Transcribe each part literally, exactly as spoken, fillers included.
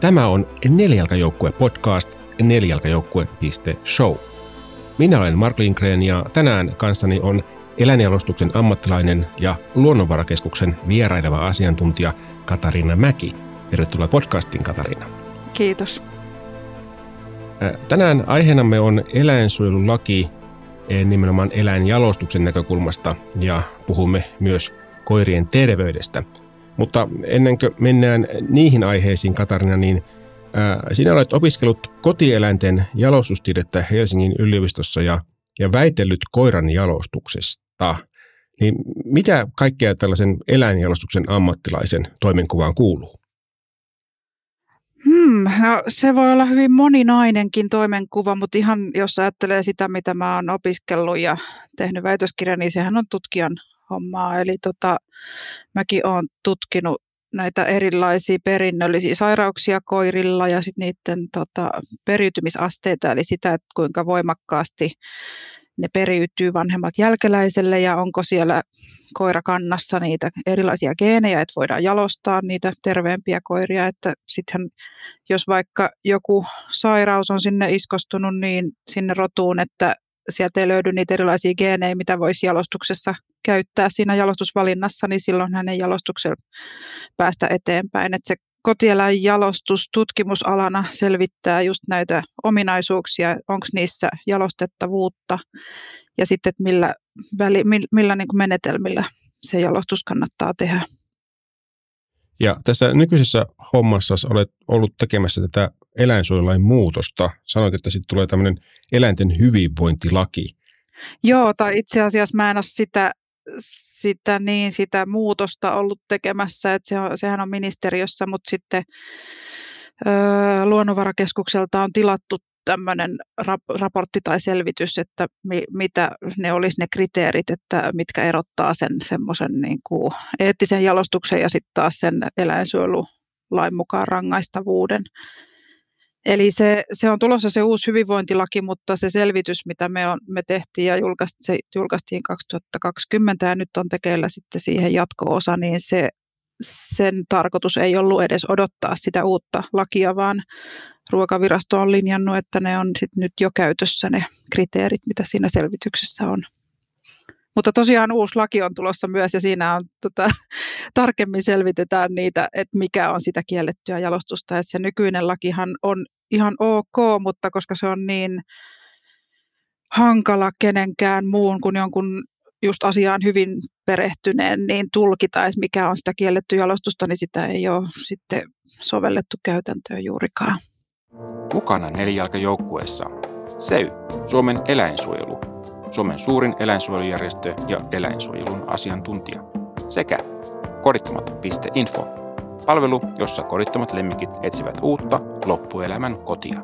Tämä on Nelijalkajoukkue podcast nelijalkajoukkue piste show. Minä olen Mark Lindgren ja tänään kanssani on eläinjalostuksen ammattilainen ja Luonnonvarakeskuksen vieraileva asiantuntija Katariina Mäki. Tervetuloa podcastiin, Katariina. Kiitos. Tänään aiheenamme on eläinsuojelulaki nimenomaan eläinjalostuksen näkökulmasta ja puhumme myös koirien terveydestä. Mutta ennen kuin mennään niihin aiheisiin, Katariina, niin ää, sinä olet opiskellut kotieläinten jalostustiedettä Helsingin yliopistossa ja, ja väitellyt koiran jalostuksesta. Niin mitä kaikkea tällaisen eläinjalostuksen ammattilaisen toimenkuvaan kuuluu? Hmm, no se voi olla hyvin moninainenkin toimenkuva, mutta ihan jos ajattelee sitä, mitä mä oon opiskellut ja tehnyt väitöskirja, niin sehän on tutkijan hommaa. Eli tota, mäkin oon tutkinut näitä erilaisia perinnöllisiä sairauksia koirilla ja sitten niiden tota, periytymisasteita, eli sitä, että kuinka voimakkaasti ne periytyy vanhemmat jälkeläiselle ja onko siellä koirakannassa niitä erilaisia geenejä, että voidaan jalostaa niitä terveempiä koiria, että sitten jos vaikka joku sairaus on sinne iskostunut niin sinne rotuun, että sieltä ei löydy niitä erilaisia geenejä, mitä voisi jalostuksessa käyttää siinä jalostusvalinnassa, niin silloin hänen jalostuksella päästä eteenpäin. Että se kotieläinjalostus tutkimusalana selvittää just näitä ominaisuuksia, onko niissä jalostettavuutta ja sitten, että millä, väli, millä niin kuin menetelmillä se jalostus kannattaa tehdä. Ja tässä nykyisessä hommassa olet ollut tekemässä tätä eläinsuojelulain muutosta. Sanoit, että sitten tulee tämmöinen eläinten hyvinvointilaki. Joo, tai itse asiassa mä en ole sitä, sitä, niin, sitä muutosta ollut tekemässä, että se on, sehän on ministeriössä, mutta sitten ö, Luonnonvarakeskukselta on tilattu tämmöinen rap- raportti tai selvitys, että mi- mitä ne olisi ne kriteerit, että mitkä erottaa sen semmoisen niin kuin eettisen jalostuksen ja sitten taas sen eläinsuojelulain mukaan rangaistavuuden. Eli se, se on tulossa se uusi hyvinvointilaki, mutta se selvitys, mitä me, on, me tehtiin ja julkaist, se julkaistiin kaksituhattakaksikymmentä ja nyt on tekeillä sitten siihen jatko-osa, niin se, sen tarkoitus ei ollut edes odottaa sitä uutta lakia, vaan Ruokavirasto on linjannut, että ne on sit nyt jo käytössä ne kriteerit, mitä siinä selvityksessä on. Mutta tosiaan uusi laki on tulossa myös ja siinä on tota, tarkemmin selvitetään niitä, että mikä on sitä kiellettyä jalostusta. Et se nykyinen lakihan on ihan ok, mutta koska se on niin hankala kenenkään muun kuin jonkun just asiaan hyvin perehtyneen, niin tulkita, että mikä on sitä kiellettyä jalostusta, niin sitä ei ole sitten sovellettu käytäntöön juurikaan. Mukana nelijalkajoukkueessa S E Y, Suomen eläinsuojelu, Suomen suurin eläinsuojelujärjestö ja eläinsuojelun asiantuntija, sekä kodittomat piste info, palvelu, jossa kodittomat lemmikit etsivät uutta loppuelämän kotia.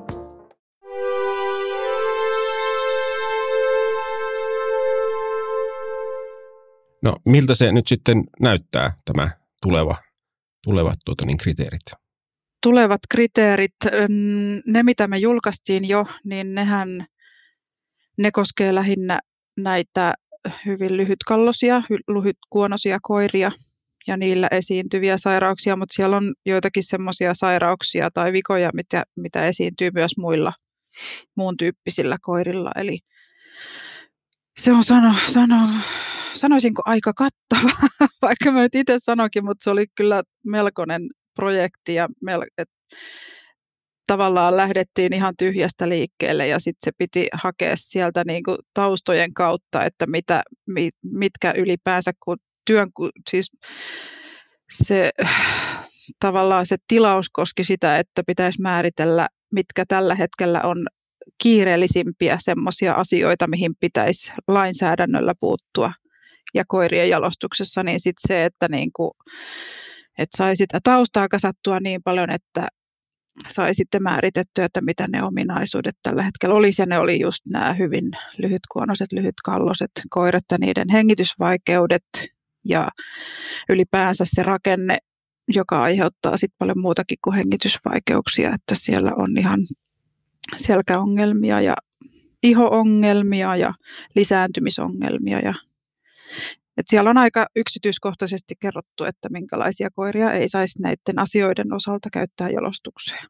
No, miltä se nyt sitten näyttää, tämä tuleva, tulevat tuota, niin kriteerit? Tulevat kriteerit, ne mitä me julkaistiin jo, niin nehän ne koskee lähinnä näitä hyvin lyhytkalloisia, lyhytkuonoisia koiria ja niillä esiintyviä sairauksia, mutta siellä on joitakin semmoisia sairauksia tai vikoja, mitä, mitä esiintyy myös muilla muun tyyppisillä koirilla. Eli se on sano, sano, sanoisinko aika kattava, vaikka mä nyt itse sanoinkin, mutta se oli kyllä melkoinen projekti ja mel- et, tavallaan lähdettiin ihan tyhjästä liikkeelle ja sitten se piti hakea sieltä niinku taustojen kautta, että mitä, mitkä ylipäänsä, kun työn, siis se tavallaan se tilaus koski sitä, että pitäisi määritellä, mitkä tällä hetkellä on kiireellisimpiä semmoisia asioita, mihin pitäisi lainsäädännöllä puuttua ja koirien jalostuksessa, niin sitten se, että niinku, et sai sitä taustaa kasattua niin paljon, että sai sitten määritettyä, että mitä ne ominaisuudet tällä hetkellä olisi, ja ne oli just nämä hyvin lyhytkuonoiset, lyhytkalloiset koirat ja niiden hengitysvaikeudet ja ylipäänsä se rakenne, joka aiheuttaa sitten paljon muutakin kuin hengitysvaikeuksia, että siellä on ihan selkäongelmia ja iho-ongelmia ja lisääntymisongelmia ja Et siellä on aika yksityiskohtaisesti kerrottu, että minkälaisia koiria ei saisi näiden asioiden osalta käyttää jalostukseen.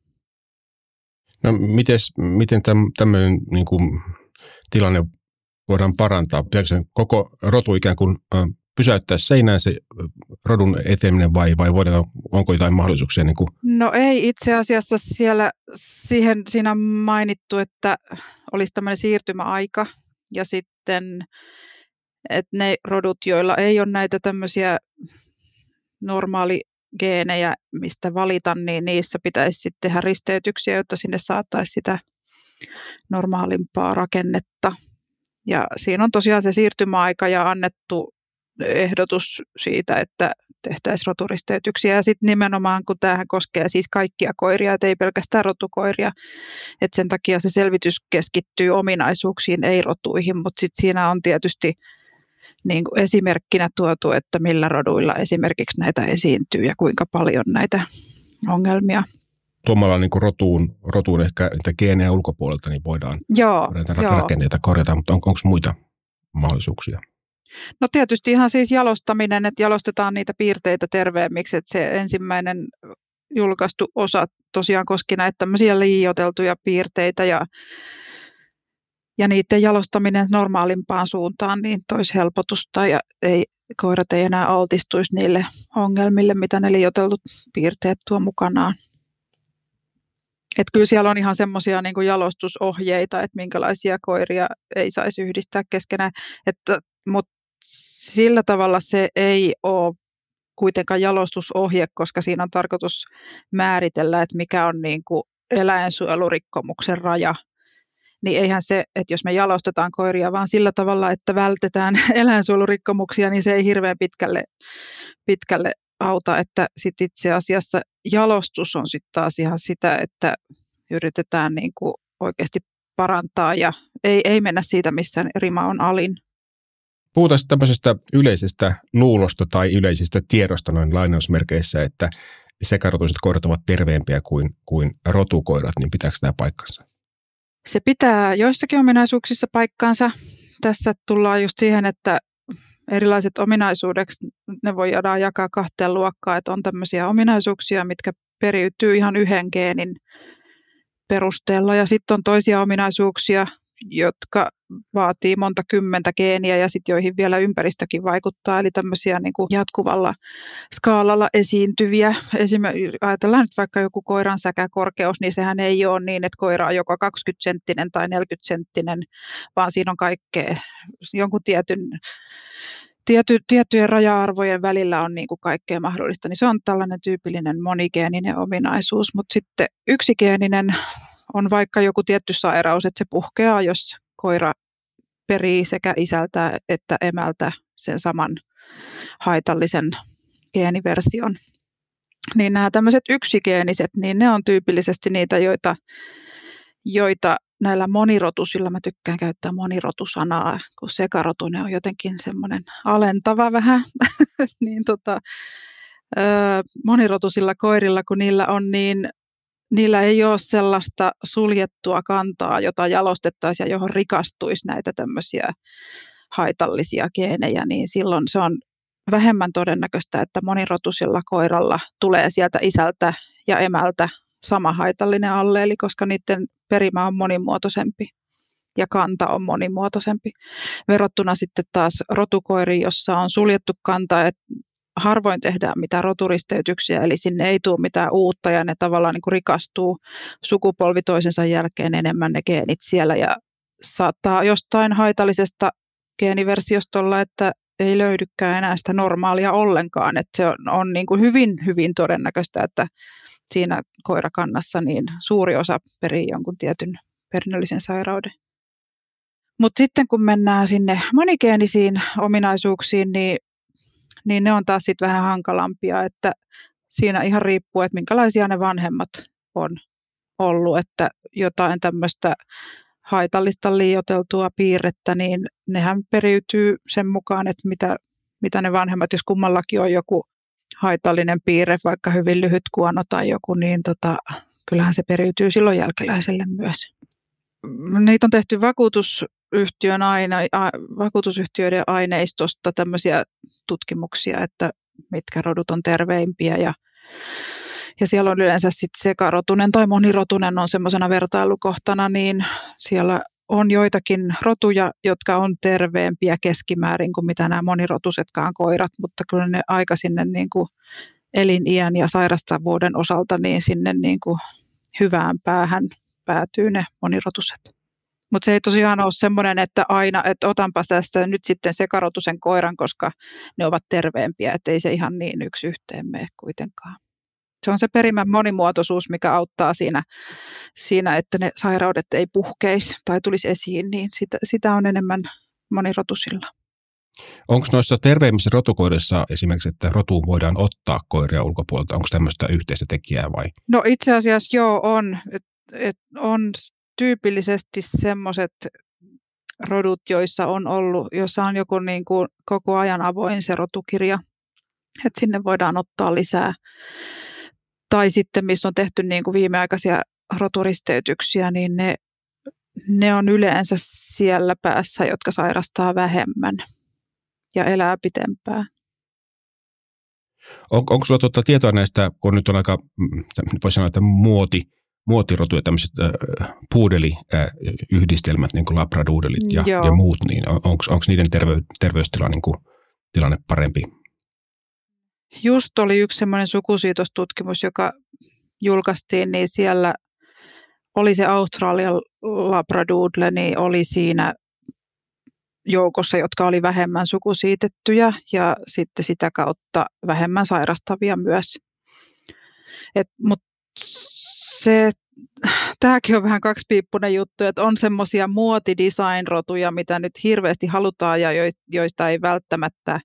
No mites, miten tämmöinen niin kuin tilanne voidaan parantaa? Pitääkö se koko rotu ikään kuin pysäyttää seinään se rodun eteneminen vai, vai voidaan, onko jotain mahdollisuuksia? Niin kuin? No ei itse asiassa siellä siihen, siinä on mainittu, että olisi tämmöinen siirtymäaika ja sitten, että ne rodut, joilla ei ole näitä tämmöisiä normaaligeenejä, mistä valita, niin niissä pitäisi sitten tehdä risteytyksiä, jotta sinne saataisiin sitä normaalimpaa rakennetta. Ja siinä on tosiaan se siirtymäaika ja annettu ehdotus siitä, että tehtäisiin roturisteytyksiä. Ja sitten nimenomaan, kun tämähän koskee siis kaikkia koiria, et ei pelkästään rotukoiria, että sen takia se selvitys keskittyy ominaisuuksiin, ei rotuihin, mutta sitten siinä on tietysti niin kuin esimerkkinä tuotu, että millä roduilla esimerkiksi näitä esiintyy ja kuinka paljon näitä ongelmia. Tuomalla niin kuin rotuun, rotuun ehkä niitä geenejä ulkopuolelta, niin voidaan joo, rakenteita korjata, mutta on, onko muita mahdollisuuksia? No tietysti ihan siis jalostaminen, että jalostetaan niitä piirteitä terveemmiksi, että se ensimmäinen julkaistu osa tosiaan koski näitä tämmöisiä liioiteltuja piirteitä ja, ja niiden jalostaminen normaalimpaan suuntaan niin toisi helpotusta ja ei, koirat ei enää altistuisi niille ongelmille, mitä ne liioiteltut piirteet tuo mukanaan. Että kyllä siellä on ihan semmoisia niin kuin jalostusohjeita, että minkälaisia koiria ei saisi yhdistää keskenään, että, mutta sillä tavalla se ei ole kuitenkaan jalostusohje, koska siinä on tarkoitus määritellä, että mikä on niin kuin eläinsuojelurikkomuksen raja. Niin eihän se, että jos me jalostetaan koiria vaan sillä tavalla, että vältetään eläinsuojelurikkomuksia, niin se ei hirveän pitkälle, pitkälle auta, että sit itse asiassa jalostus on sitten taas ihan sitä, että yritetään niin kuin oikeasti parantaa ja ei, ei mennä siitä, missä rima on alin. Puhutaan tämmöisestä yleisestä luulosta tai yleisestä tiedosta noin lainausmerkeissä, että sekarotuiset koirat ovat terveempiä kuin, kuin rotukoirat, niin pitääkö tämä paikkansa? Se pitää joissakin ominaisuuksissa paikkansa. Tässä tullaan just siihen, että erilaiset ominaisuudet, ne voidaan jakaa kahteen luokkaan, että on tämmöisiä ominaisuuksia, mitkä periytyy ihan yhden geenin perusteella ja sitten on toisia ominaisuuksia, jotka vaatii monta kymmentä geeniä ja sitten joihin vielä ympäristökin vaikuttaa, eli tämmöisiä niin kuin jatkuvalla skaalalla esiintyviä. Esimerkiksi ajatellaan nyt vaikka joku koiran säkäkorkeus, niin sehän ei ole niin, että koira on joko kaksikymmentä senttinen tai neljäkymmentä senttinen, vaan siinä on kaikkea jonkun tietyn Tiety, tiettyjen raja-arvojen välillä on niin kuin kaikkea mahdollista, niin se on tällainen tyypillinen monigeeninen ominaisuus, mutta sitten yksigeeninen on vaikka joku tietty sairaus, että se puhkeaa, jos koira perii sekä isältä että emältä sen saman haitallisen geeniversion. Niin nämä tämmöiset yksigeeniset, niin ne on tyypillisesti niitä, joita, joita näillä monirotusilla, mä tykkään käyttää monirotusanaa, kun sekarotuinen on jotenkin semmoinen alentava vähän, niin tota, monirotusilla koirilla, kun niillä on niin, niillä ei ole sellaista suljettua kantaa, jota jalostettaisiin ja johon rikastuisi näitä tämmöisiä haitallisia geenejä, niin silloin se on vähemmän todennäköistä, että monirotusilla koiralla tulee sieltä isältä ja emältä sama haitallinen alleeli, koska niiden perimä on monimuotoisempi ja kanta on monimuotoisempi. Verrattuna sitten taas rotukoiriin, jossa on suljettu kanta, että harvoin tehdään mitään roturisteytyksiä, eli sinne ei tule mitään uutta ja ne tavallaan niin kuin rikastuu sukupolvi toisensa jälkeen enemmän ne geenit siellä ja saattaa jostain haitallisesta geeniversiosta olla, että ei löydykään enää sitä normaalia ollenkaan, että se on, on niin kuin hyvin, hyvin todennäköistä, että siinä koirakannassa niin suuri osa perii jonkun tietyn perinnöllisen sairauden. Mutta sitten kun mennään sinne monigeenisiin ominaisuuksiin, niin, niin ne on taas sitten vähän hankalampia, että siinä ihan riippuu, että minkälaisia ne vanhemmat on ollut, että jotain tämmöistä haitallista liioiteltua piirrettä, niin nehän periytyy sen mukaan, että mitä, mitä ne vanhemmat, jos kummallakin on joku haitallinen piirre, vaikka hyvin lyhyt kuono tai joku, niin tota, kyllähän se periytyy silloin jälkeläiselle myös. Niitä on tehty vakuutus, vakuutusyhtiön aine, vakuutusyhtiöiden aineistosta tämmöisiä tutkimuksia, että mitkä rodut on terveimpiä ja, ja siellä on yleensä sitten sekarotunen tai monirotunen on semmoisena vertailukohtana, niin siellä on joitakin rotuja, jotka on terveempiä keskimäärin kuin mitä nämä monirotusetkaan koirat, mutta kyllä ne aika sinne niin kuin eliniän ja sairastavuuden osalta niin sinne niin kuin hyvään päähän päätyy ne monirotuset. Mutta se ei tosiaan ole semmoinen, että aina, että otanpa tästä nyt sitten sekarotusen koiran, koska ne ovat terveempiä, että ei se ihan niin yksi yhteen mene kuitenkaan. Se on se perimän monimuotoisuus, mikä auttaa siinä, siinä että ne sairaudet ei puhkeisi tai tulisi esiin, niin sitä, sitä on enemmän monirotusilla. Onko noissa terveimmissä rotukoirissa esimerkiksi, että rotuun voidaan ottaa koiria ulkopuolelta? Onko tämmöistä yhteistä tekijää vai? No itse asiassa joo on. Et, et on tyypillisesti semmoiset rodut, joissa on ollut, jossa on joku niin kuin koko ajan avoin se rotukirja, että sinne voidaan ottaa lisää. Tai sitten, missä on tehty niin kuin viimeaikaisia roturisteytyksiä, niin ne, ne on yleensä siellä päässä, jotka sairastaa vähemmän ja elää pitempään. On, onko sinulla tuota tietoa näistä, kun nyt on aika, voisi sanoa, että muoti, muotirotuja, tämmöiset äh, puudeliyhdistelmät, niin kuin labraduudelit ja, ja muut, niin on, onko niiden terve, terveystila niin kuin, tilanne parempi? Just oli yksi semmoinen sukusiitostutkimus, joka julkaistiin, niin siellä oli se Australian labradoodle, niin oli siinä joukossa, jotka oli vähemmän sukusiitettyjä ja sitten sitä kautta vähemmän sairastavia myös. Mutta se, tämäkin on vähän kaksipiippunen juttu, että on semmoisia muotidesign-rotuja, mitä nyt hirveästi halutaan ja joista ei välttämättä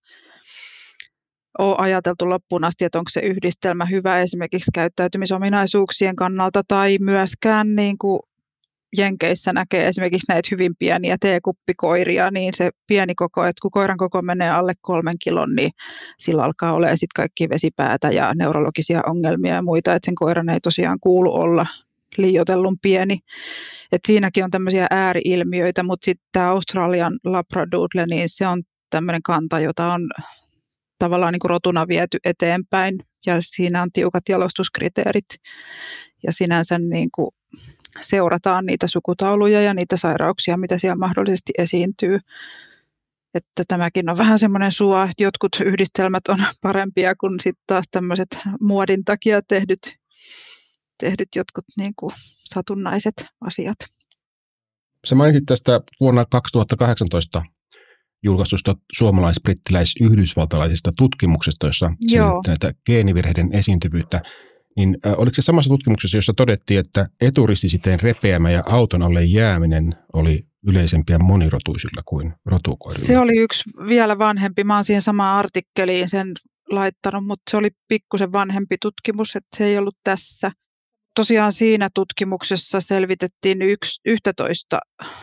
ole ajateltu loppuun asti, että onko se yhdistelmä hyvä esimerkiksi käyttäytymisominaisuuksien kannalta tai myöskään niin kuin Jenkeissä näkee esimerkiksi näitä hyvin pieniä teekuppikoiria, niin se pieni koko, että kun koiran koko menee alle kolmen kilon, niin sillä alkaa olemaan sitten kaikki vesipäätä ja neurologisia ongelmia ja muita, että sen koiran ei tosiaan kuulu olla liioitellun pieni. Et siinäkin on tämmöisiä ääriilmiöitä, mutta sitten tämä Australian labradoodle, niin se on tämmöinen kanta, jota on tavallaan niin kuin rotuna viety eteenpäin ja siinä on tiukat jalostuskriteerit ja sinänsä niin kuin seurataan niitä sukutauluja ja niitä sairauksia, mitä siellä mahdollisesti esiintyy. Että tämäkin on vähän semmoinen suo, että jotkut yhdistelmät on parempia kuin sitten taas tämmöiset muodin takia tehdyt, tehdyt jotkut niin kuin satunnaiset asiat. Sä mainitsit tästä vuonna kaksituhattakahdeksantoista julkaistusta suomalais-brittiläis-yhdysvaltalaisesta tutkimuksesta, jossa selvitettiin näitä geenivirheiden esiintyvyyttä. Niin äh, oliko se samassa tutkimuksessa, jossa todettiin, että eturistisiteen repeämä ja auton alle jääminen oli yleisempiä monirotuisilla kuin rotukoirilla? Se oli yksi vielä vanhempi. Mä oon siihen samaan artikkeliin sen laittanut, mutta se oli pikkusen vanhempi tutkimus, että se ei ollut tässä. Tosiaan siinä tutkimuksessa selvitettiin yksi, yksitoista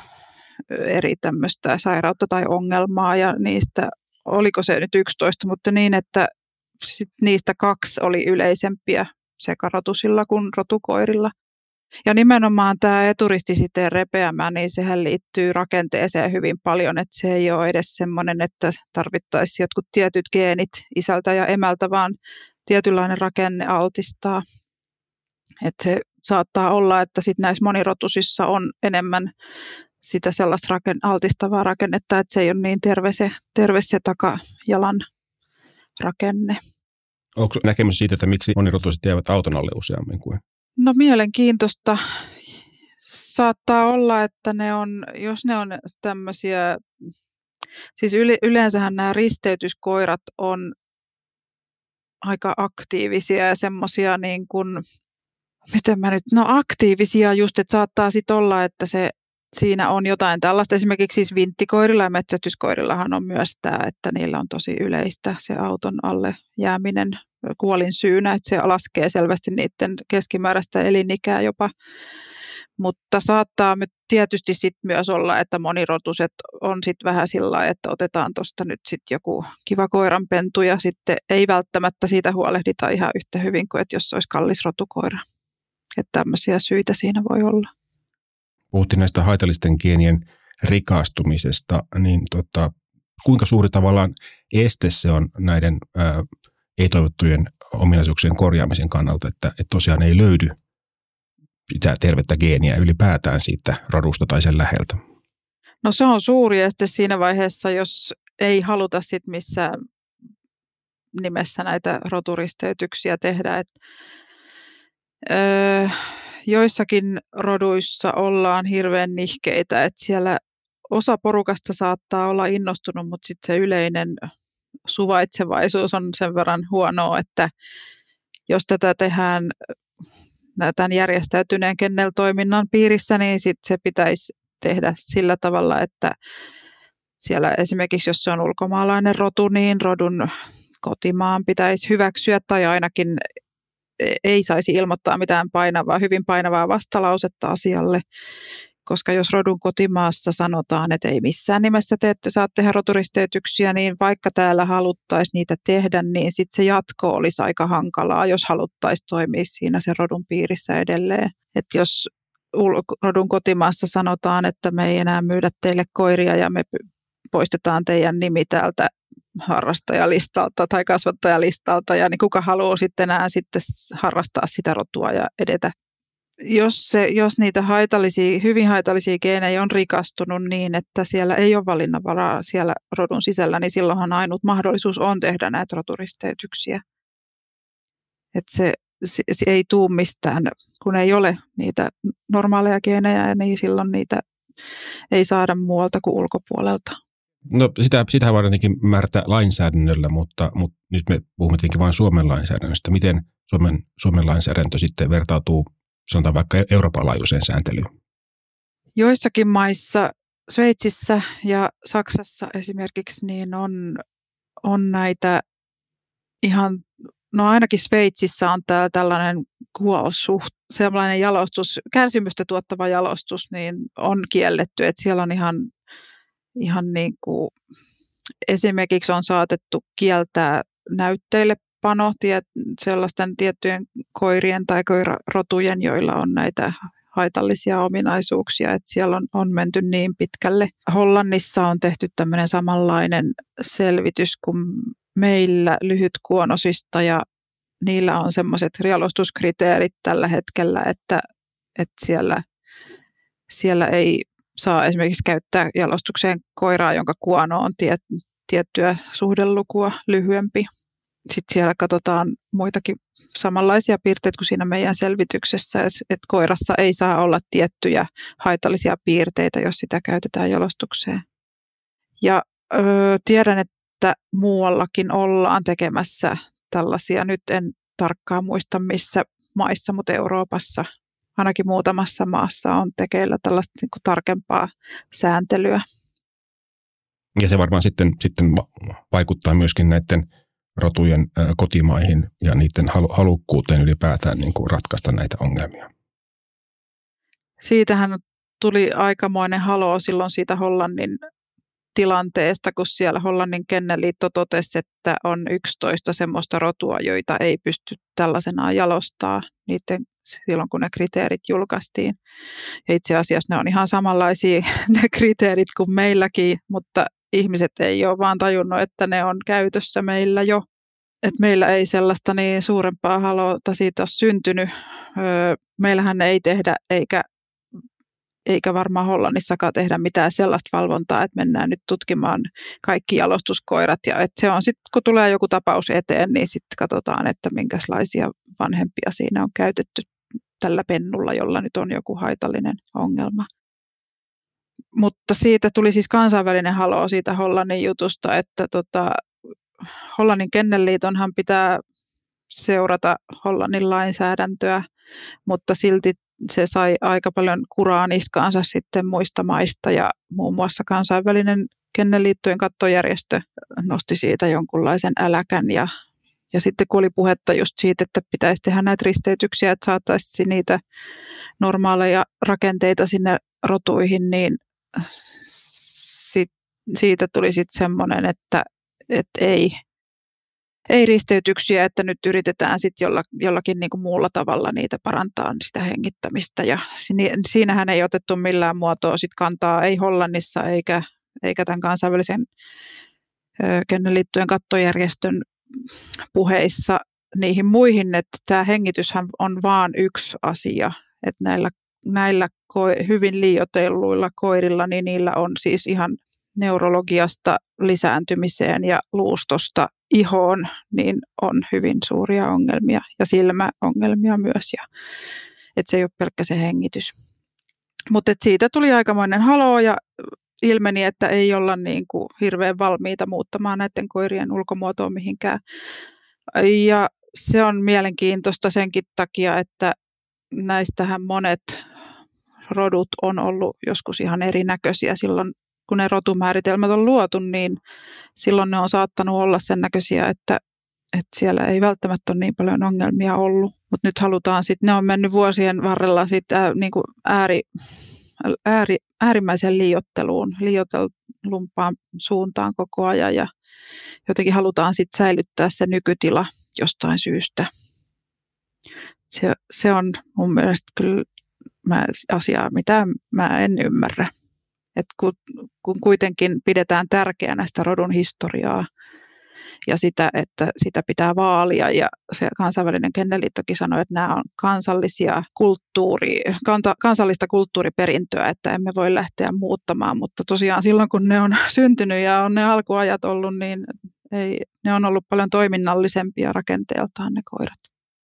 eri tämmöistä sairautta tai ongelmaa ja niistä, oliko se nyt yksitoista, mutta niin, että sit niistä kaksi oli yleisempiä sekarotusilla kuin rotukoirilla. Ja nimenomaan tämä eturistisiteen repeämä, niin sehän liittyy rakenteeseen hyvin paljon, että se ei ole edes semmoinen, että tarvittaisiin jotkut tietyt geenit isältä ja emältä, vaan tietynlainen rakenne altistaa. Että se saattaa olla, että sit näissä monirotusissa on enemmän sitä sellaista raken, altistavaa rakennetta, että se ei ole niin terve se, terve se takajalan rakenne. Onko näkemys siitä, että miksi monirotuiset jäävät auton alle useammin kuin? No mielenkiintoista. Saattaa olla, että ne on, jos ne on tämmöisiä, siis yleensähän nämä risteytyskoirat on aika aktiivisia ja semmoisia niin kuin, miten mä nyt, no aktiivisia just, että saattaa sitten olla, että se siinä on jotain tällaista. Esimerkiksi siis vinttikoirilla ja metsästyskoirillahan on myös tämä, että niillä on tosi yleistä se auton alle jääminen kuolinsyynä, että se laskee selvästi niiden keskimääräistä elinikää jopa. Mutta saattaa tietysti sit myös olla, että monirotuset on sitten vähän sillä lailla, että otetaan tuosta nyt sitten joku kiva koiranpentu ja sitten ei välttämättä siitä huolehdita ihan yhtä hyvin kuin että jos olisi kallis rotukoira. Että tämmöisiä syitä siinä voi olla. Puhuttiin näistä haitallisten geenien rikastumisesta, niin tota, kuinka suuri tavallaan este se on näiden ää, ei-toivottujen ominaisuuksien korjaamisen kannalta, että, että tosiaan ei löydy sitä tervettä geeniä ylipäätään siitä rodusta tai sen läheltä? No se on suuri este siinä vaiheessa, jos ei haluta sit missään nimessä näitä roturisteytyksiä tehdä. Et, öö, joissakin roduissa ollaan hirveän nihkeitä, että siellä osa porukasta saattaa olla innostunut, mutta sitten se yleinen suvaitsevaisuus on sen verran huonoa, että jos tätä tehdään tämän järjestäytyneen kenneltoiminnan piirissä, niin sit se pitäisi tehdä sillä tavalla, että siellä esimerkiksi jos se on ulkomaalainen rotu, niin rodun kotimaan pitäisi hyväksyä tai ainakin ei saisi ilmoittaa mitään painavaa, hyvin painavaa vastalausetta asialle, koska jos rodun kotimaassa sanotaan, että ei missään nimessä te ette saa tehdä roturisteytyksiä, niin vaikka täällä haluttaisiin niitä tehdä, niin sitten se jatko olisi aika hankalaa, jos haluttaisiin toimia siinä sen rodun piirissä edelleen. Että jos rodun kotimaassa sanotaan, että me ei enää myydä teille koiria ja me poistetaan teidän nimi täältä harrastajalistalta tai kasvattajalistalta, ja niin kuka haluaa sitten enää sitten harrastaa sitä rotua ja edetä. Jos, se, jos niitä haitallisia, hyvin haitallisia geenejä on rikastunut niin, että siellä ei ole valinnanvaraa siellä rodun sisällä, niin silloinhan ainut mahdollisuus on tehdä näitä roturisteytyksiä. Että se, se, se ei tule mistään, kun ei ole niitä normaaleja geenejä, niin silloin niitä ei saada muualta kuin ulkopuolelta. No sitä, sitähän voidaan tietenkin määrätä lainsäädännöllä, mutta, mutta nyt me puhumme tietenkin vain Suomen lainsäädännöstä. Miten Suomen, Suomen lainsäädäntö sitten vertautuu, sanotaan vaikka Euroopan laajuiseen sääntelyyn? Joissakin maissa, Sveitsissä ja Saksassa esimerkiksi, niin on, on näitä ihan, no ainakin Sveitsissä on tää tällainen kuolsuht, sellainen jalostus, kärsimystä tuottava jalostus, niin on kielletty, että siellä on ihan Ihan niin kuin esimerkiksi on saatettu kieltää näytteille pano sellaisten tiettyjen koirien tai koirarotujen, joilla on näitä haitallisia ominaisuuksia, että siellä on, on menty niin pitkälle. Hollannissa on tehty tämmöinen samanlainen selvitys kuin meillä lyhytkuonosista, ja niillä on semmoiset jalostuskriteerit tällä hetkellä, että, että siellä, siellä ei saa esimerkiksi käyttää jalostukseen koiraa, jonka kuono on tiet, tiettyä suhdelukua lyhyempi. Sitten siellä katsotaan muitakin samanlaisia piirteitä kuin siinä meidän selvityksessä, että koirassa ei saa olla tiettyjä haitallisia piirteitä, jos sitä käytetään jalostukseen. Ja öö, tiedän, että muuallakin ollaan tekemässä tällaisia, nyt en tarkkaan muista missä maissa, mutta Euroopassa ainakin muutamassa maassa on tekeillä tällaista niin kuin tarkempaa sääntelyä. Ja se varmaan sitten, sitten vaikuttaa myöskin näiden rotujen kotimaihin ja niiden halukkuuteen ylipäätään niin kuin ratkaista näitä ongelmia. Siitähän tuli aikamoinen haloo silloin siitä Hollannin tilanteesta, kun siellä Hollannin kennelliitto totesi, että on yksitoista semmoista rotua, joita ei pysty tällaisenaan jalostaa niiden, silloin, kun ne kriteerit julkaistiin. Ja itse asiassa ne on ihan samanlaisia ne kriteerit kuin meilläkin, mutta ihmiset ei ole vaan tajunnut, että ne on käytössä meillä jo. Et meillä ei sellaista niin suurempaa haloota siitä ole syntynyt. Öö, meillähän ei tehdä eikä Eikä varmaan Hollannissakaan tehdä mitään sellaista valvontaa, että mennään nyt tutkimaan kaikki jalostuskoirat. Ja että se on sitten, kun tulee joku tapaus eteen, niin sitten katsotaan, että minkälaisia vanhempia siinä on käytetty tällä pennulla, jolla nyt on joku haitallinen ongelma. Mutta siitä tuli siis kansainvälinen haloo siitä Hollannin jutusta, että tota, Hollannin kennelliitonhan pitää seurata Hollannin lainsäädäntöä, mutta silti se sai aika paljon kuraa niskaansa sitten muista maista, ja muun muassa kansainvälinen kennelliittojen kattojärjestö nosti siitä jonkunlaisen äläkän, ja, ja sitten kun oli puhetta just siitä, että pitäisi tehdä näitä risteytyksiä, että saataisiin niitä normaaleja rakenteita sinne rotuihin, niin sit, siitä tuli sitten semmoinen, että, että ei, ei risteytyksiä, että nyt yritetään sitten jolla, jollakin niin kuin muulla tavalla niitä parantaa sitä hengittämistä. Ja siinähän ei otettu millään muotoa sit kantaa, ei Hollannissa eikä, eikä tämän kansainvälisen Kennelliittojen kattojärjestön puheissa niihin muihin, että tämä hengityshän on vaan yksi asia, että näillä, näillä ko- hyvin liioitelluilla koirilla, niin niillä on siis ihan neurologiasta lisääntymiseen ja luustosta ihoon, niin on hyvin suuria ongelmia ja silmäongelmia myös, ja että se ei ole pelkkä se hengitys. Mutta siitä tuli aikamoinen haloo ja ilmeni, että ei olla niin kuin hirveän valmiita muuttamaan näiden koirien ulkomuotoa mihinkään. Ja se on mielenkiintoista senkin takia, että näistähän monet rodut on ollut joskus ihan erinäköisiä silloin, kun ne rotumääritelmät on luotu, niin silloin ne on saattanut olla sen näköisiä, että, että siellä ei välttämättä ole niin paljon ongelmia ollut. Mutta nyt halutaan sitten, ne on mennyt vuosien varrella sit, ää, niin kuin ääri, ääri, äärimmäiseen liioitteluun, liioitellumpaan suuntaan koko ajan ja jotenkin halutaan sitten säilyttää se nykytila jostain syystä. Se, se on mun mielestä kyllä mä, asia, mitä mä en ymmärrä. Et kun, kun kuitenkin pidetään tärkeänä sitä rodun historiaa ja sitä, että sitä pitää vaalia, ja se kansainvälinen Kennelliittokin sanoi, että nämä on kansallisia kulttuuri, kanta, kansallista kulttuuriperintöä, että emme voi lähteä muuttamaan, mutta tosiaan silloin kun ne on syntynyt ja on ne alkuajat ollut, niin ei, ne on ollut paljon toiminnallisempia rakenteeltaan ne koirat.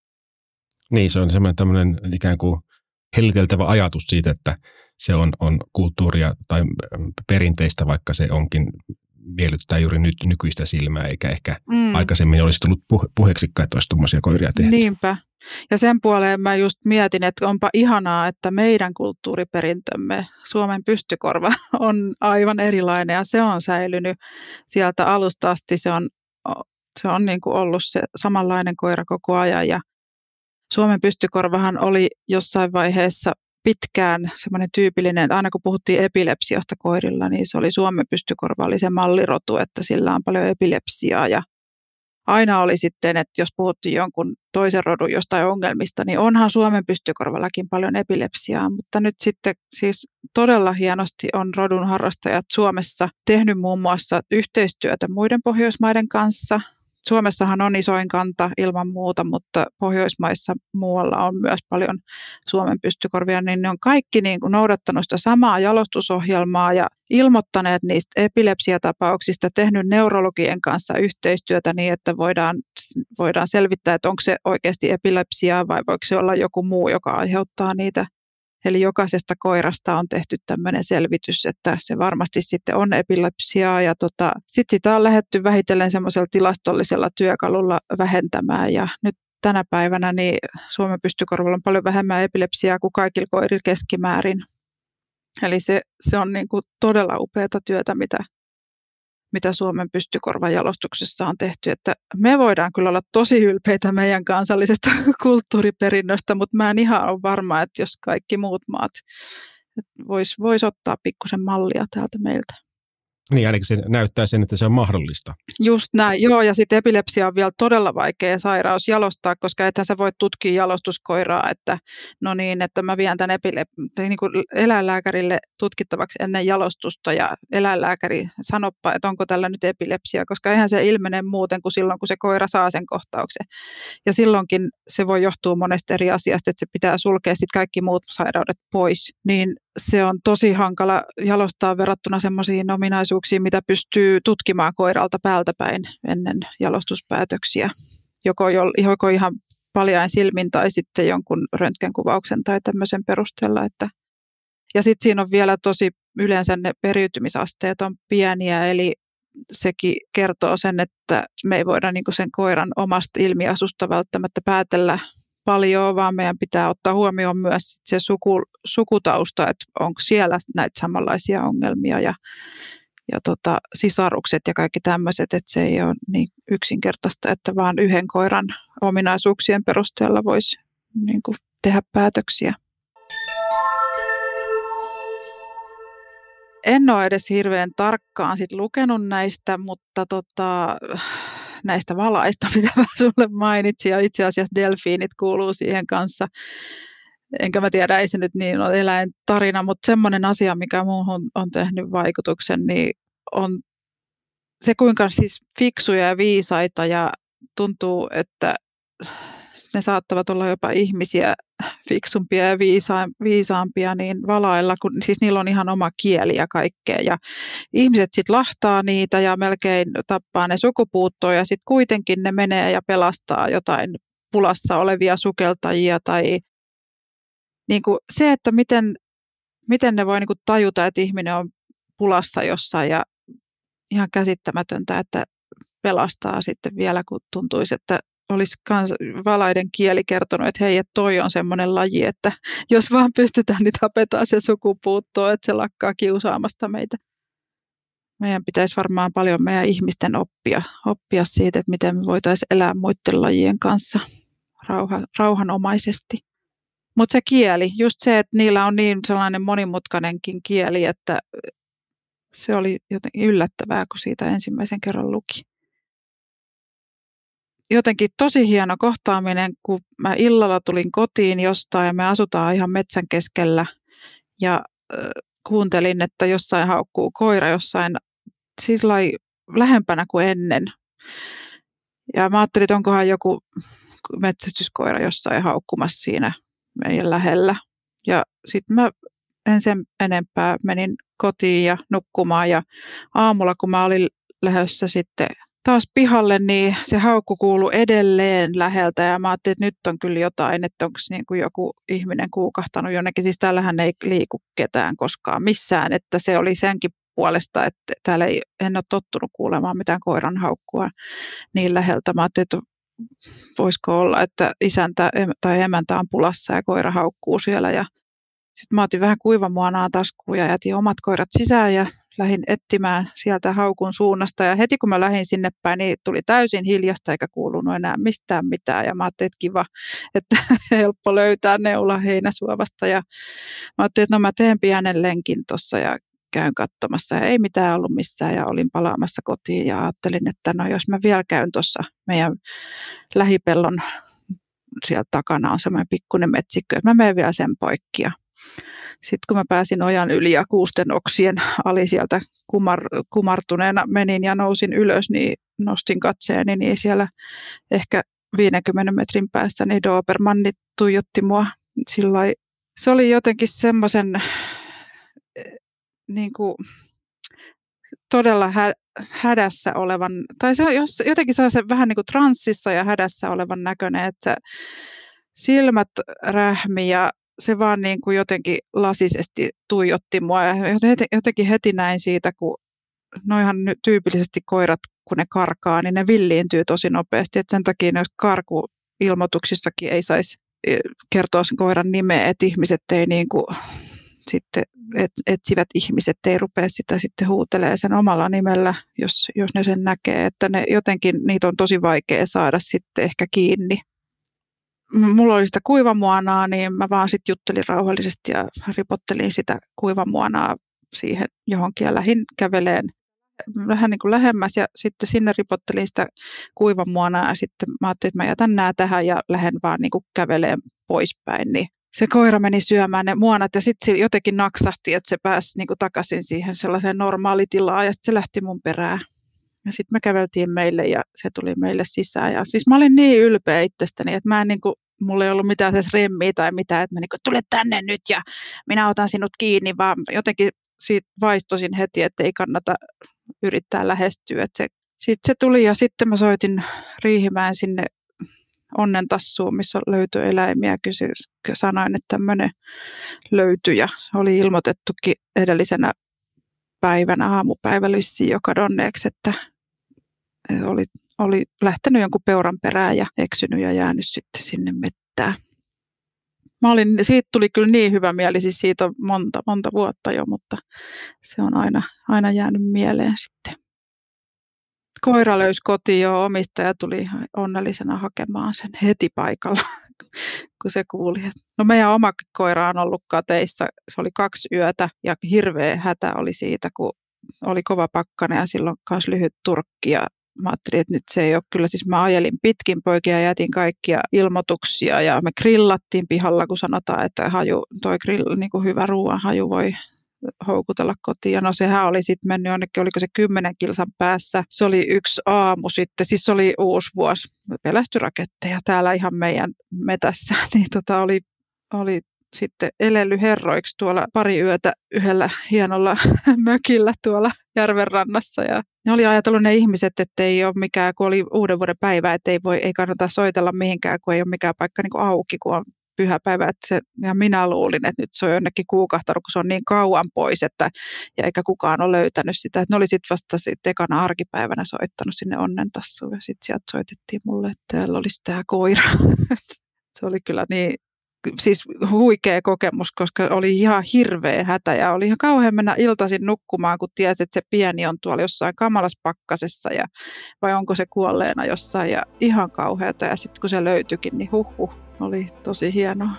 Niin, se on semmoinen tämmöinen ikään kuin helkeltävä ajatus siitä, että se on, on kulttuuria tai perinteistä, vaikka se onkin miellyttää juuri nyt nykyistä silmää, eikä ehkä mm. aikaisemmin olisi tullut puhe- puheeksikaan, että olisi tuommoisia koiria tehty. Niinpä. Ja sen puoleen mä just mietin, että onpa ihanaa, että meidän kulttuuriperintömme, Suomen pystykorva, on aivan erilainen ja se on säilynyt sieltä alusta asti. Se on, se on niin kuin ollut se samanlainen koira koko ajan ja Suomen pystykorvahan oli jossain vaiheessa pitkään semmoinen tyypillinen, aina kun puhuttiin epilepsiasta koirilla, niin se oli Suomen pystykorva, oli se mallirotu, että sillä on paljon epilepsiaa. Ja aina oli sitten, että jos puhuttiin jonkun toisen rodun jostain ongelmista, niin onhan Suomen pystykorvallakin paljon epilepsiaa. Mutta nyt sitten siis todella hienosti on rodun harrastajat Suomessa tehnyt muun muassa yhteistyötä muiden Pohjoismaiden kanssa. Suomessahan on isoin kanta ilman muuta, mutta Pohjoismaissa muualla on myös paljon Suomen pystykorvia, niin ne on kaikki niin kuin noudattanut sitä samaa jalostusohjelmaa ja ilmoittaneet niistä epilepsiatapauksista, tehnyt neurologien kanssa yhteistyötä niin, että voidaan, voidaan selvittää, että onko se oikeasti epilepsiaa vai voiko se olla joku muu, joka aiheuttaa niitä. Eli jokaisesta koirasta on tehty tämmöinen selvitys, että se varmasti sitten on epilepsiaa ja tota, sitten sitä on lähdetty vähitellen semmoisella tilastollisella työkalulla vähentämään ja nyt tänä päivänä niin Suomen pystykorvalla on paljon vähemmän epilepsiaa kuin kaikilla koirilla keskimäärin. Eli se, se on niin kuin todella upeata työtä, mitä, mitä Suomen pystykorvan jalostuksessa on tehty. Että me voidaan kyllä olla tosi ylpeitä meidän kansallisesta kulttuuriperinnöstä, mutta mä en ihan ole varma, että jos kaikki muut maat vois, vois ottaa pikkusen mallia täältä meiltä. Niin, ainakin se näyttää sen, että se on mahdollista. Just näin, joo, ja sitten epilepsia on vielä todella vaikea sairaus jalostaa, koska ethän sä voi tutkia jalostuskoiraa, että no niin, että mä vien tämän epilep- niin kuin eläinlääkärille tutkittavaksi ennen jalostusta, ja eläinlääkäri sanoppa, että onko tällä nyt epilepsia, koska eihän se ilmene muuten kuin silloin, kun se koira saa sen kohtauksen. Ja silloinkin se voi johtua monesta eri asiasta, että se pitää sulkea sitten kaikki muut sairaudet pois, niin se on tosi hankala jalostaa verrattuna semmoisiin ominaisuuksiin, mitä pystyy tutkimaan koiralta päältä päin ennen jalostuspäätöksiä. Joko, jo, joko ihan paljain silmin tai sitten jonkun röntgenkuvauksen tai tämmöisen perusteella. Että. Ja sitten siinä on vielä tosi yleensä ne periytymisasteet on pieniä, eli sekin kertoo sen, että me ei voida niinku sen koiran omasta ilmiasusta välttämättä päätellä paljon, vaan meidän pitää ottaa huomioon myös se suku, sukutausta, että onko siellä näitä samanlaisia ongelmia ja, ja tota, sisarukset ja kaikki tämmöiset, että se ei ole niin yksinkertaista, että vaan yhden koiran ominaisuuksien perusteella voisi niin kuin tehdä päätöksiä. En ole edes hirveän tarkkaan sit lukenut näistä, mutta tota, näistä valaista, mitä mä sulle mainitsin, ja itse asiassa delfiinit kuuluu siihen kanssa. Enkä mä tiedä, ei se nyt niin ole eläintarina, mutta semmoinen asia, mikä muuhun on tehnyt vaikutuksen, niin on se, kuinka siis fiksuja ja viisaita, ja tuntuu, että ne saattavat olla jopa ihmisiä fiksumpia ja viisa- viisaampia niin valailla, kun siis niillä on ihan oma kieli ja kaikkea. Ja ihmiset sitten lahtaa niitä ja melkein tappaa ne sukupuuttoon, ja sitten kuitenkin ne menee ja pelastaa jotain pulassa olevia sukeltajia. Tai niin kuin se, että miten, miten ne voi niin kuin tajuta, että ihminen on pulassa jossain, ja ihan käsittämätöntä, että pelastaa sitten vielä, kun tuntuisi, että olisi kans valaiden kieli kertonut, että hei, että toi on semmoinen laji, että jos vaan pystytään, niin tapetaan se sukupuuttoon, että se lakkaa kiusaamasta meitä. Meidän pitäisi varmaan paljon meidän ihmisten oppia, oppia siitä, että miten me voitaisiin elää muiden lajien kanssa rauha, rauhanomaisesti. Mutta se kieli, just se, että niillä on niin sellainen monimutkainenkin kieli, että se oli jotenkin yllättävää, kun siitä ensimmäisen kerran luki. Jotenkin tosi hieno kohtaaminen, kun mä illalla tulin kotiin jostain ja me asutaan ihan metsän keskellä ja äh, kuuntelin, että jossain haukkuu koira jossain sillai lähempänä kuin ennen. Ja mä ajattelin, että onkohan joku metsästyskoira jossain haukkumassa siinä meidän lähellä. Ja sitten mä en sen enempää menin kotiin ja nukkumaan, ja aamulla kun mä olin lähdössä sitten taas pihalle, niin se haukku kuului edelleen läheltä, ja mä ajattelin, että nyt on kyllä jotain, että onko niin kuin joku ihminen kuukahtanut jonnekin. Siis täällähän ei liiku ketään koskaan missään, että se oli senkin puolesta, että täällä ei, en ole tottunut kuulemaan mitään koiran haukkua niin läheltä. Mä ajattelin, että voisiko olla, että isäntä tai emäntä on pulassa ja koira haukkuu siellä. Ja sitten mä otin vähän kuivamuonaa taskuun ja jätin omat koirat sisään ja lähdin etsimään sieltä haukun suunnasta. Ja heti kun mä lähdin sinne päin, niin tuli täysin hiljasta eikä kuulunut enää mistään mitään. Ja mä ajattelin, että kiva, että helppo löytää neula heinäsuovasta. Ja mä ajattelin, että no mä teen pienen lenkin tuossa ja käyn katsomassa. Ja ei mitään ollut missään, ja olin palaamassa kotiin ja ajattelin, että no jos mä vielä käyn tuossa meidän lähipellon sieltä takana on semmoinen pikkuinen metsikkö, että mä menen vielä sen poikki. Ja sitten kun mä pääsin ojan yli ja kuusten oksien ali sieltä kumar, kumartuneena menin ja nousin ylös, niin nostin katseeni, niin siellä ehkä viidenkymmenen metrin päässä niin Dobermanni tuijotti mua. Sillai, se oli jotenkin semmoisen niin kuin todella hä, hädässä olevan, tai se jos, jotenkin sellaisen vähän niin kuin transsissa ja hädässä olevan näköinen, että silmät rähmi ja se vaan niin kuin jotenkin lasisesti tuijotti mua. Ja jotenkin heti näin siitä, kun noihan tyypillisesti koirat, kun ne karkaa, niin ne villiintyy tosi nopeasti. Et sen takia jos karkuilmoituksissakin ei saisi kertoa sen koiran nimeä, että ihmiset ei niin kuin sitten et, etsivät ihmiset ei rupea sitä sitten huutelee sen omalla nimellä, jos, jos ne sen näkee. Että ne jotenkin niitä on tosi vaikea saada sitten ehkä kiinni. Mulla oli sitä kuivamuonaa, niin mä vaan sitten juttelin rauhallisesti ja ripottelin sitä kuivamuonaa siihen johonkin ja lähdin käveleen vähän niin kuin lähemmäs ja sitten sinne ripottelin sitä kuivamuonaa ja sitten mä ajattelin, että mä jätän nämä tähän ja lähden vaan niin kuin käveleen poispäin. Niin se koira meni syömään ne muonat ja sitten se jotenkin naksahti, että se pääsi niin kuin takaisin siihen sellaiseen normaalitilaan ja sitten se lähti mun perään. Ja sitten me käveltiin meille ja se tuli meille sisään. Ja siis mä olin niin ylpeä itsestäni, että mä en niin kuin, mulla ei ollut mitään remmiä tai mitään, että mä niin kuin, tule tänne nyt ja minä otan sinut kiinni, vaan jotenkin siitä vaistosin heti, että ei kannata yrittää lähestyä. Sitten se tuli ja sitten mä soitin Riihimäen sinne onnentassuun, missä löytyi eläimiä. Kysyin, sanoin, että tämmöinen löytyi ja oli ilmoitettukin edellisenä päivänä aamupäivällä vissiin jo kadonneeksi, että oli, oli lähtenyt jonkun peuran perään ja eksynyt ja jäänyt sitten sinne mettään. Mä olin, siitä tuli kyllä niin hyvä mieli, siis siitä on monta, monta vuotta jo, mutta se on aina, aina jäänyt mieleen sitten. Koira löysi kotiin jo, omistaja tuli onnellisena hakemaan sen heti paikalla, kun se kuuli. No meidän oma koira on ollut kateissa, se oli kaksi yötä ja hirveä hätä oli siitä, kun oli kova pakkanen ja silloin myös lyhyt turkki ja mä ajattelin, että nyt se ei ole kyllä, siis mä ajelin pitkin poikia ja jätin kaikkia ilmoituksia ja me grillattiin pihalla, kun sanotaan, että haju, toi grill, niin kuin hyvä ruoan haju voi houkutella kotiin. Ja no sehän oli sitten mennyt jonnekin, oliko se kymmenen kilsan päässä. Se oli yksi aamu sitten, siis se oli uusi vuosi, pelästyraketteja täällä ihan meidän metässä, niin tota oli, oli sitten elellyt herroiksi tuolla pari yötä yhdellä hienolla mökillä tuolla järvenrannassa. Ja ne oli ajatellut ne ihmiset, että ei ole mikään, kun oli uuden vuoden päivä, että ei, voi, ei kannata soitella mihinkään, kun ei ole mikään paikka niin kuin auki, kun on pyhäpäivä. Että se, ja minä luulin, että nyt se on jonnekin kuukahtanut, kun se on niin kauan pois, että, ja eikä kukaan ole löytänyt sitä. Että ne oli sitten vasta sit ekana arkipäivänä soittanut sinne Onnentassuun, ja sitten sieltä soitettiin mulle, että täällä olisi tämä koira. Se oli kyllä niin, siis huikea kokemus, koska oli ihan hirveä hätä ja oli ihan kauhean mennä iltaisin nukkumaan, kun tiesi, että se pieni on tuolla jossain kamalas pakkasessa ja vai onko se kuolleena jossain ja ihan kauheata. Ja sitten kun se löytyikin, niin huh huh, oli tosi hienoa.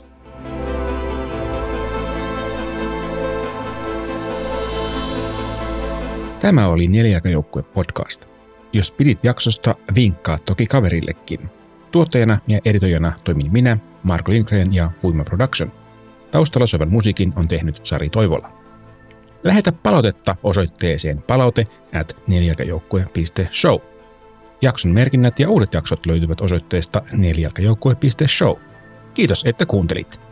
Tämä oli Nelijalkajoukkue podcast. Jos pidit jaksosta, vinkkaa toki kaverillekin. Tuottajana ja editoijana toimin minä, Marko Lindgren ja Huima Production. Taustalla soivan musiikin on tehnyt Sari Toivola. Lähetä palautetta osoitteeseen palaute at nelijalkajoukkue piste show. Jakson merkinnät ja uudet jaksot löytyvät osoitteesta nelijalkajoukkue piste show. Kiitos, että kuuntelit.